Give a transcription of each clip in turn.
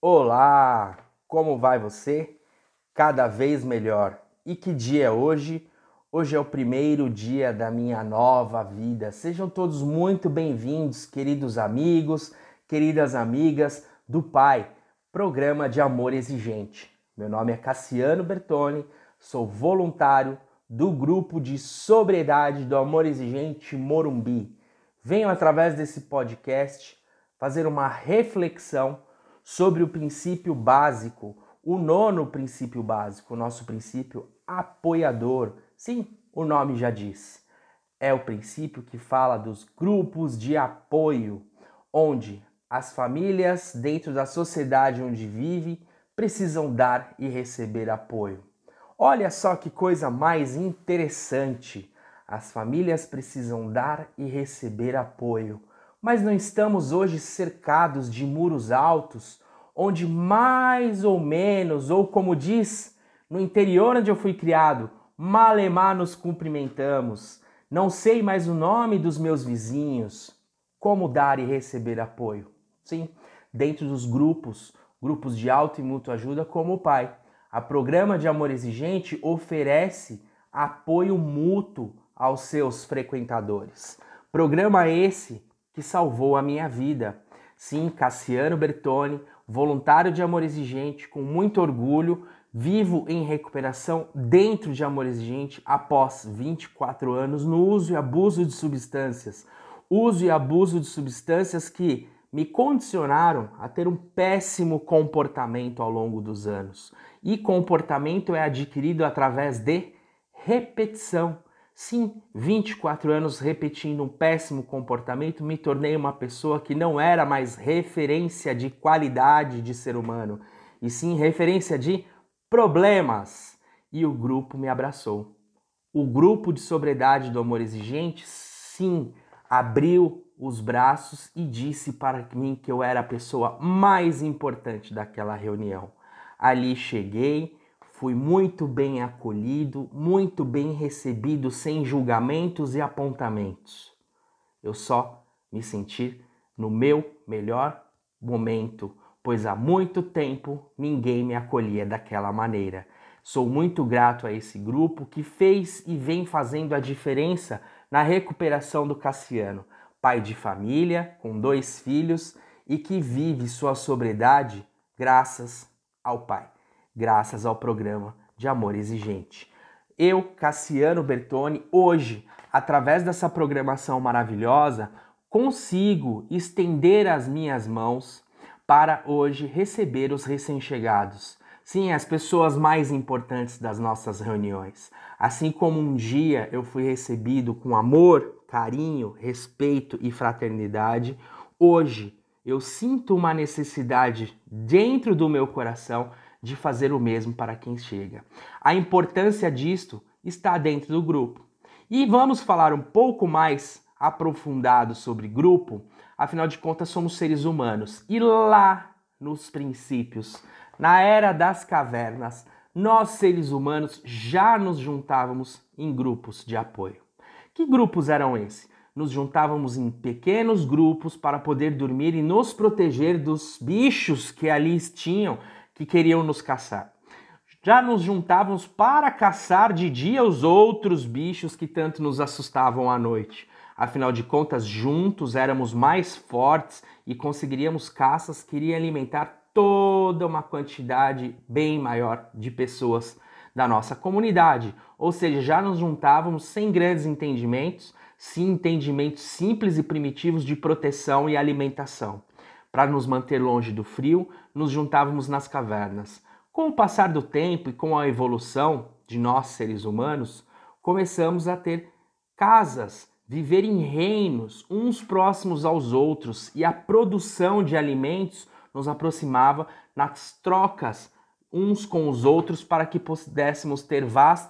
Olá, como vai você? Cada vez melhor. E que dia é hoje? Hoje é o primeiro dia da minha nova vida. Sejam todos muito bem-vindos, queridos amigos, queridas amigas do Pai, Programa de Amor Exigente. Meu nome é Cassiano Bertoni, sou voluntário do grupo de sobriedade do Amor Exigente Morumbi. Venho através desse podcast fazer uma reflexão sobre o princípio básico, o nono princípio básico, o nosso princípio apoiador. Sim, o nome já diz. É o princípio que fala dos grupos de apoio, onde as famílias dentro da sociedade onde vive precisam dar e receber apoio. Olha só que coisa mais interessante. As famílias precisam dar e receber apoio. Mas não estamos hoje cercados de muros altos, onde mais ou menos, ou como diz no interior onde eu fui criado, malemar nos cumprimentamos. Não sei mais o nome dos meus vizinhos. Como dar e receber apoio? Sim, dentro dos grupos de auto e mútua ajuda como o Pai. A Programa de Amor Exigente oferece apoio mútuo aos seus frequentadores. Programa esse que salvou a minha vida. Sim, Cassiano Bertoni, voluntário de Amor Exigente, com muito orgulho, vivo em recuperação dentro de Amor Exigente após 24 anos no uso e abuso de substâncias. Uso e abuso de substâncias que me condicionaram a ter um péssimo comportamento ao longo dos anos. E comportamento é adquirido através de repetição. Sim, 24 anos repetindo um péssimo comportamento, me tornei uma pessoa que não era mais referência de qualidade de ser humano, e sim referência de problemas. E o grupo me abraçou. O grupo de sobriedade do Amor Exigente, sim, abriu os braços e disse para mim que eu era a pessoa mais importante daquela reunião. Ali cheguei, fui muito bem acolhido, muito bem recebido, sem julgamentos e apontamentos. Eu só me senti no meu melhor momento, pois há muito tempo ninguém me acolhia daquela maneira. Sou muito grato a esse grupo que fez e vem fazendo a diferença na recuperação do Cassiano, pai de família, com 2 filhos e que vive sua sobriedade graças ao Pai, graças ao Programa de Amor Exigente. Eu, Cassiano Bertoni, hoje, através dessa programação maravilhosa, consigo estender as minhas mãos para hoje receber os recém-chegados. Sim, as pessoas mais importantes das nossas reuniões. Assim como um dia eu fui recebido com amor, carinho, respeito e fraternidade, hoje eu sinto uma necessidade dentro do meu coração de fazer o mesmo para quem chega. A importância disto está dentro do grupo. E vamos falar um pouco mais aprofundado sobre grupo, afinal de contas somos seres humanos. E lá nos princípios, na era das cavernas, nós seres humanos já nos juntávamos em grupos de apoio. Que grupos eram esses? Nos juntávamos em pequenos grupos para poder dormir e nos proteger dos bichos que ali tinham, que queriam nos caçar. Já nos juntávamos para caçar de dia os outros bichos que tanto nos assustavam à noite. Afinal de contas, juntos éramos mais fortes e conseguiríamos caças que iriam alimentar toda uma quantidade bem maior de pessoas da nossa comunidade. Ou seja, já nos juntávamos sem grandes entendimentos, sim, entendimentos simples e primitivos de proteção e alimentação. Para nos manter longe do frio, nos juntávamos nas cavernas. Com o passar do tempo e com a evolução de nós seres humanos, começamos a ter casas, viver em reinos, uns próximos aos outros, e a produção de alimentos nos aproximava nas trocas uns com os outros para que pudéssemos ter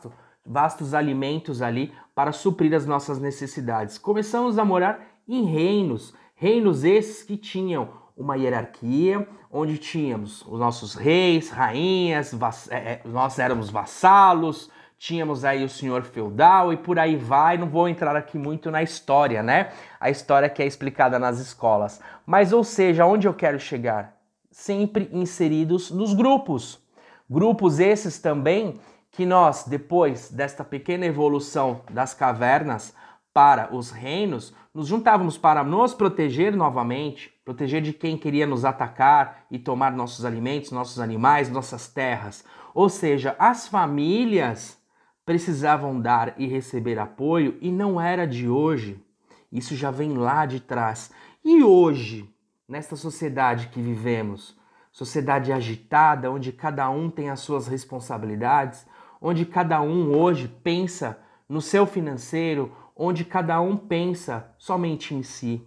vastos alimentos ali para suprir as nossas necessidades. Começamos a morar em reinos esses que tinham uma hierarquia, onde tínhamos os nossos reis, rainhas, nós éramos vassalos, tínhamos aí o senhor feudal e por aí vai. Não vou entrar aqui muito na história, né? A história que é explicada nas escolas. Mas, ou seja, onde eu quero chegar? sempre inseridos nos grupos. Grupos esses também que nós, depois desta pequena evolução das cavernas para os reinos, nos juntávamos para nos proteger novamente, proteger de quem queria nos atacar e tomar nossos alimentos, nossos animais, nossas terras. Ou seja, as famílias precisavam dar e receber apoio e não era de hoje. Isso já vem lá de trás. E hoje, nesta sociedade que vivemos, sociedade agitada, onde cada um tem as suas responsabilidades, onde cada um hoje pensa no seu financeiro, onde cada um pensa somente em si.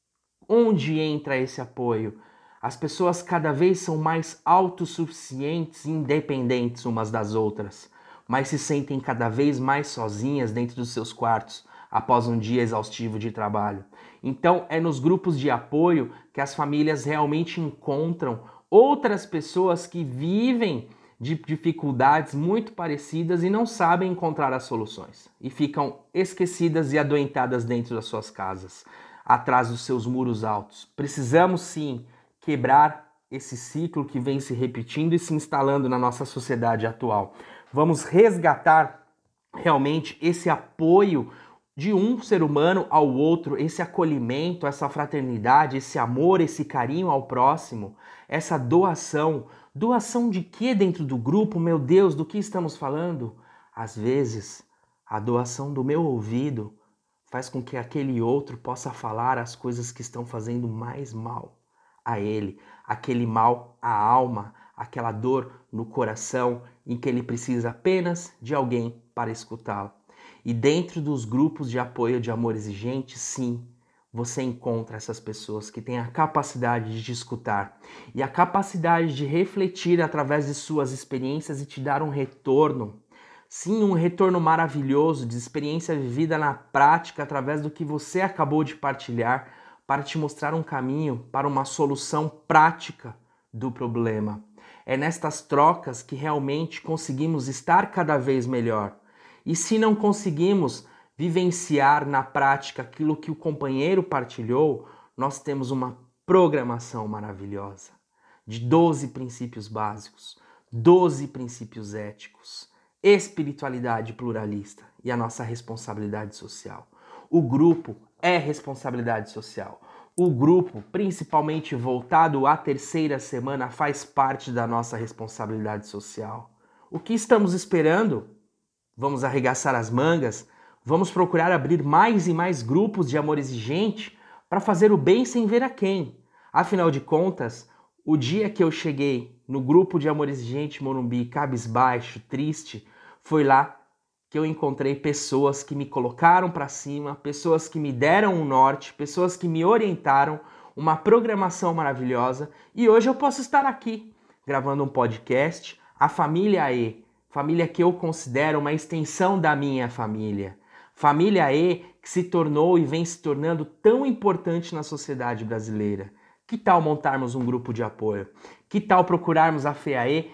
Onde entra esse apoio? As pessoas cada vez são mais autossuficientes e independentes umas das outras, mas se sentem cada vez mais sozinhas dentro dos seus quartos após um dia exaustivo de trabalho. Então é nos grupos de apoio que as famílias realmente encontram outras pessoas que vivem de dificuldades muito parecidas e não sabem encontrar as soluções e ficam esquecidas e adoentadas dentro das suas casas, atrás dos seus muros altos. Precisamos sim quebrar esse ciclo que vem se repetindo e se instalando na nossa sociedade atual. Vamos resgatar realmente esse apoio de um ser humano ao outro, esse acolhimento, essa fraternidade, esse amor, esse carinho ao próximo, essa doação. Doação de quê dentro do grupo? Meu Deus, do que estamos falando? Às vezes, a doação do meu ouvido faz com que aquele outro possa falar as coisas que estão fazendo mais mal a ele, aquele mal à alma, aquela dor no coração em que ele precisa apenas de alguém para escutá-lo. E dentro dos grupos de apoio de amor exigente, sim, você encontra essas pessoas que têm a capacidade de te escutar e a capacidade de refletir através de suas experiências e te dar um retorno. Sim, um retorno maravilhoso de experiência vivida na prática através do que você acabou de partilhar para te mostrar um caminho para uma solução prática do problema. É nestas trocas que realmente conseguimos estar cada vez melhor. E se não conseguimos vivenciar na prática aquilo que o companheiro partilhou, nós temos uma programação maravilhosa de 12 princípios básicos, 12 princípios éticos, espiritualidade pluralista e a nossa responsabilidade social. O grupo é responsabilidade social. O grupo, principalmente voltado à terceira semana, faz parte da nossa responsabilidade social. O que estamos esperando? Vamos arregaçar as mangas? Vamos procurar abrir mais e mais grupos de amor exigente para fazer o bem sem ver a quem. Afinal de contas, o dia que eu cheguei no grupo de amor exigente Morumbi, cabisbaixo, triste, foi lá que eu encontrei pessoas que me colocaram para cima, pessoas que me deram um norte, pessoas que me orientaram, uma programação maravilhosa, e hoje eu posso estar aqui gravando um podcast, a Família E, família que eu considero uma extensão da minha família. Família E que se tornou e vem se tornando tão importante na sociedade brasileira. Que tal montarmos um grupo de apoio? Que tal procurarmos a FEAE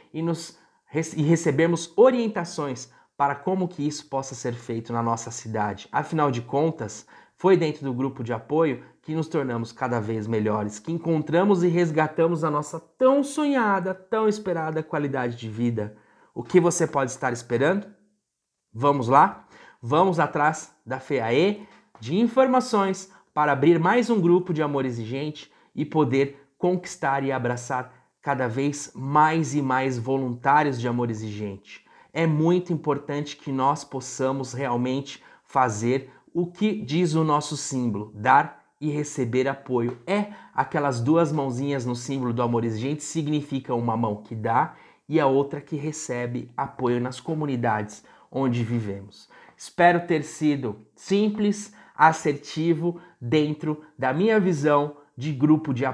e recebermos orientações para como que isso possa ser feito na nossa cidade? Afinal de contas, foi dentro do grupo de apoio que nos tornamos cada vez melhores, que encontramos e resgatamos a nossa tão sonhada, tão esperada qualidade de vida. O que você pode estar esperando? Vamos lá? Vamos atrás da FEAE de informações para abrir mais um grupo de amor exigente e poder conquistar e abraçar cada vez mais e mais voluntários de amor exigente. É muito importante que nós possamos realmente fazer o que diz o nosso símbolo, dar e receber apoio. Aquelas duas mãozinhas no símbolo do amor exigente significa uma mão que dá e a outra que recebe apoio nas comunidades onde vivemos. Espero ter sido simples, assertivo, dentro da minha visão de grupo de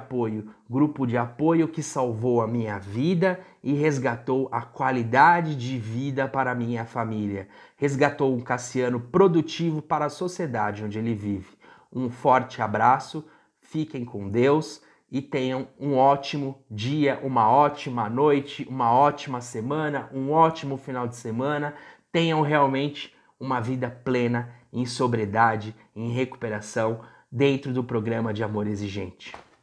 apoio que salvou a minha vida e resgatou a qualidade de vida para a minha família, resgatou um Cassiano produtivo para a sociedade onde ele vive. Um forte abraço, fiquem com Deus e tenham um ótimo dia, uma ótima noite, uma ótima semana, um ótimo final de semana. Tenham realmente uma vida plena, em sobriedade, em recuperação, dentro do programa de amor exigente.